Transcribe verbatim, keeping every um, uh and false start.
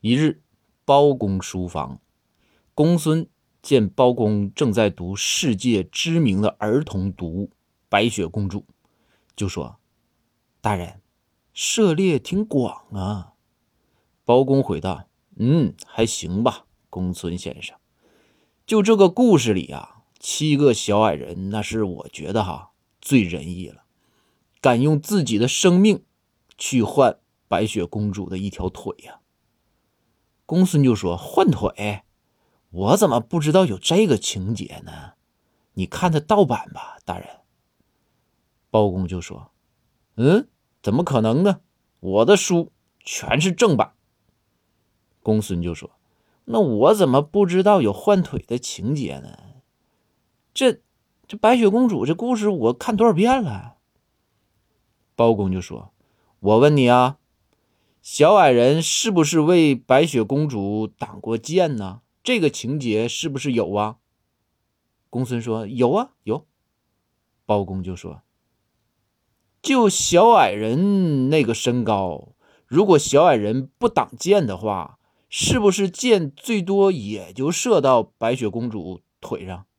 一日，包公书房，公孙见包公正在读世界知名的儿童读物《白雪公主》，就说：“大人，涉猎挺广啊。”包公回道：“嗯，还行吧，公孙先生。就这个故事里啊，七个小矮人，那是我觉得哈最仁义了，敢用自己的生命去换白雪公主的一条腿呀、啊。”公孙就说：“换腿？我怎么不知道有这个情节呢？你看的盗版吧，大人。”包公就说：“嗯，怎么可能呢？我的书全是正版。”公孙就说：“那我怎么不知道有换腿的情节呢？这这白雪公主这故事我看多少遍了？”包公就说：“我问你啊，小矮人是不是为白雪公主挡过剑呢？这个情节是不是有啊？”公孙说：“有啊，有。”包公就说：“就小矮人那个身高，如果小矮人不挡剑的话，是不是箭最多也就射到白雪公主腿上？”